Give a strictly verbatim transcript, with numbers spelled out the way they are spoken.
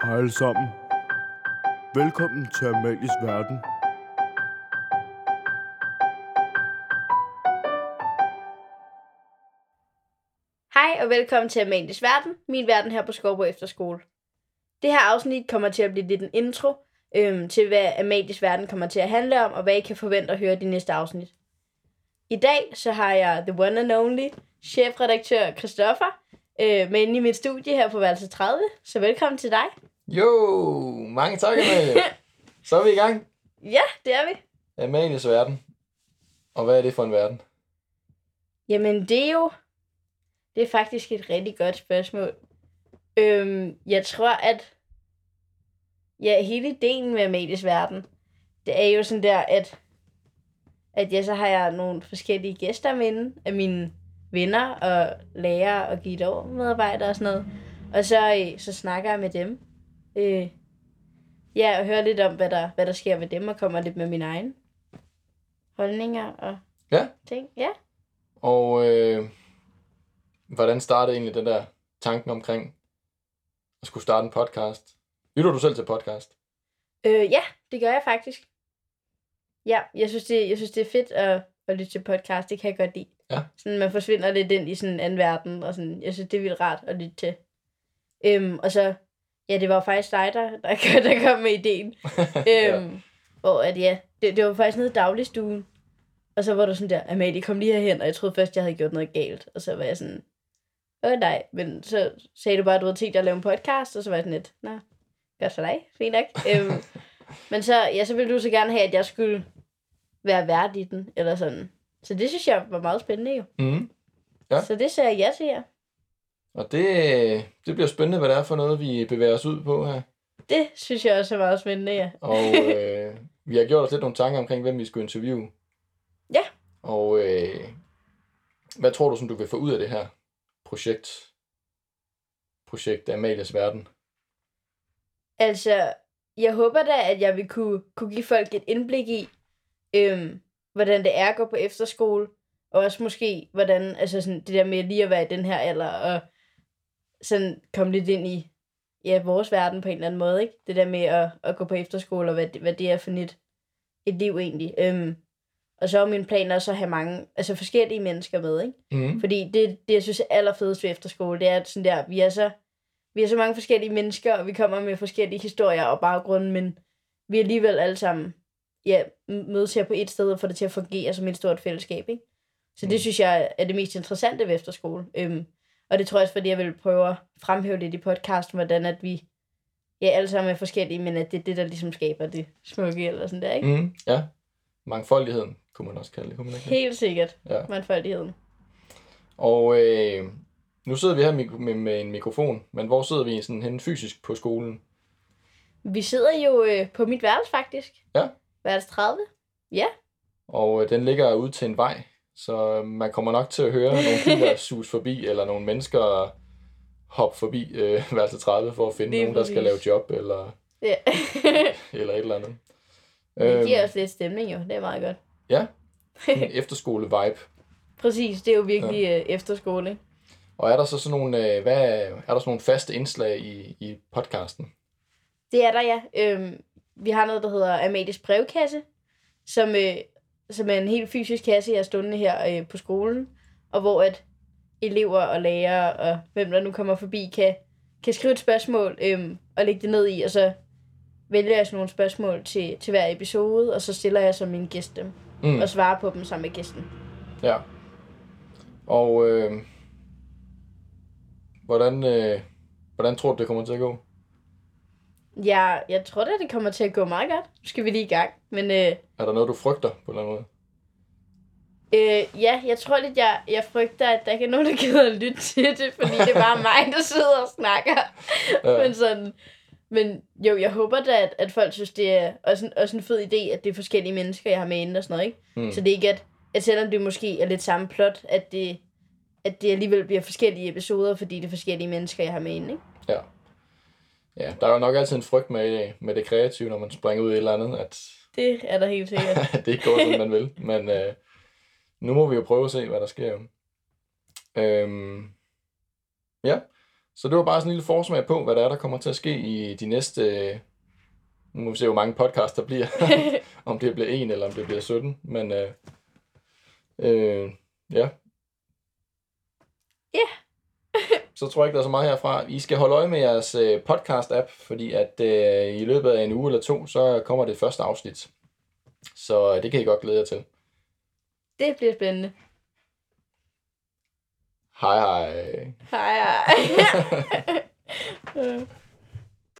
Hej alle sammen. Velkommen til Amalies Verden. Hej og velkommen til Amalies Verden, min verden her på Skovbo Efterskole. Det her afsnit kommer til at blive lidt en intro øhm, til, hvad Amalies Verden kommer til at handle om, og hvad I kan forvente at høre de næste afsnit. I dag så har jeg the one and only chefredaktør Christoffer øh, med inde i mit studie her på værelse tredive, så velkommen til dig. Jo, mange tak, Amalie. Så er vi i gang. Ja, det er vi. Amalies Verden. Og hvad er det for en verden? Jamen det er jo, det er faktisk et rigtig godt spørgsmål. Øhm, jeg tror, at ja, hele ideen med Amalies Verden, det er jo sådan der, at, at ja, så har jeg nogle forskellige gæster med af mine venner og lærere og guitar medarbejdere og sådan noget. Og så, så snakker jeg med dem. Øh, ja, og hører lidt om, hvad der, hvad der sker med dem, og kommer lidt med mine egne holdninger og Ja. ting. Ja. Og øh, hvordan startede egentlig den der tanken omkring at skulle starte en podcast? Lytter du selv til podcast? Øh, ja, det gør jeg faktisk. Ja, jeg synes, det, jeg synes, det er fedt at, at lytte til podcast. Det kan jeg godt lide. Ja. Sådan, man forsvinder lidt ind i sådan en anden verden, og sådan, jeg synes, det er vildt rart at lytte til. Øhm, og så, ja, det var faktisk dig, der, der, der kom med ideen. Ja. øhm, hvor at, ja, det, det var faktisk nede i dagligstuen. Og så var du sådan der, Amalie, kom lige herhen, og jeg troede først, jeg havde gjort noget galt. Og så var jeg sådan, åh nej, men så sagde du bare, at du havde tænkt dig at lave en podcast, og så var jeg sådan lidt, nå, godt for dig, fint nok. øhm, men så, ja, så ville du så gerne have, at jeg skulle være vært i den, eller sådan. Så det synes jeg var meget spændende jo. Mm. Ja. Så det sagde jeg ja til jer. Og det, det bliver spændende, hvad det er for noget, vi bevæger os ud på her. Det synes jeg også er meget spændende, ja. Og øh, vi har gjort os lidt nogle tanker omkring, hvem vi skulle interviewe. Ja. Og øh, hvad tror du, som du vil få ud af det her projekt? Projekt Amalies Verden. Altså, jeg håber da, at jeg vil kunne, kunne give folk et indblik i, øhm, hvordan det er at gå på efterskole, og også måske, hvordan, altså sådan, det der med lige at være i den her alder, og sådan komme lidt ind i, ja, vores verden på en eller anden måde, ikke? Det der med at, at gå på efterskole, og hvad det, hvad det er for et, et liv egentlig. Øhm, og så er min plan også at have mange, altså forskellige mennesker med, ikke? Mm. Fordi det, det jeg synes er allerfedest ved efterskole, det er at sådan der, vi er så, vi er så mange forskellige mennesker, og vi kommer med forskellige historier og baggrunde, men vi er alligevel alle sammen, ja, mødes her på et sted og får det til at fungere som et stort fællesskab, ikke? Så det Mm. synes jeg er det mest interessante ved efterskole. Øhm, og det tror jeg også, fordi jeg vil prøve at fremhæve lidt i podcasten, hvordan at vi ja, alle sammen er forskellige, men at det er det, der ligesom skaber det smukke eller sådan der, ikke? Mm. Ja. Mangfoldigheden, kunne man også kalde det. Kunne man ikke? Helt sikkert. Ja. Mangfoldigheden. Og øh, nu sidder vi her med, med, med en mikrofon, men hvor sidder vi sådan henne fysisk på skolen? Vi sidder jo øh, på mit værelse, faktisk. Ja. Værelse tredive. Ja. Og øh, den ligger ud til en vej, så man kommer nok til at høre nogle biler sus forbi, eller nogle mennesker hoppe forbi øh, værelse tredive for at finde Lige nogen, der skal lave præcis. job, eller, Ja. eller et eller andet. Det giver også lidt stemning jo. Det er meget godt. Ja, en efterskole-vibe. Præcis, det er jo virkelig ja. øh, efterskole, ikke? Og er der så sådan nogle, øh, hvad, er der sådan nogle faste indslag i, i podcasten? Det er der, ja. Øhm, vi har noget, der hedder Amalies brevkasse, som, øh, som er en helt fysisk kasse, jeg er stående her øh, på skolen, og hvor at elever og lærere og hvem der nu kommer forbi, kan, kan skrive et spørgsmål øh, og lægge det ned i, og så vælger jeg sådan nogle spørgsmål til, til hver episode, og så stiller jeg så min gæst dem, Mm. og svarer på dem sammen med gæsten. Ja. Og øh, hvordan, øh, hvordan tror du, det kommer til at gå? Ja, jeg tror da, det kommer til at gå meget godt. Nu skal vi lige i gang, men... Øh, Er der noget, du frygter på en eller anden måde? Øh, ja, jeg tror lidt, jeg, jeg frygter, at der ikke er nogen, der gider at lytte til det, fordi det er bare mig, der sidder og snakker. Ja. Men sådan, men jo, jeg håber da, at, at folk synes, det er også en, også en fed idé, at det er forskellige mennesker, jeg har med inde og sådan noget, ikke? Mm. Så det er ikke, at, at selvom det måske er lidt samme plot, at det, at det alligevel bliver forskellige episoder, fordi det er forskellige mennesker, jeg har med inde, ikke? Ja. Ja, der er jo nok altid en frygt med, med det kreative, når man springer ud i et eller andet, at Det er der helt sikkert. det ikke går, som man vil. Men øh, nu må vi jo prøve at se, hvad der sker. Øhm, ja, Så det var bare sådan en lille forsmag på, hvad der er, der kommer til at ske i de næste... Nu må vi se, hvor mange podcasts der bliver. Om det bliver en, eller om det bliver sytten. Men øh, øh, ja. Ja. Så tror jeg ikke, der er så meget herfra. I skal holde øje med jeres øh, podcast-app, fordi at øh, i løbet af en uge eller to, så kommer det første afsnit. Så øh, det kan I godt glæde jer til. Det bliver spændende. Hej hej. Hej hej.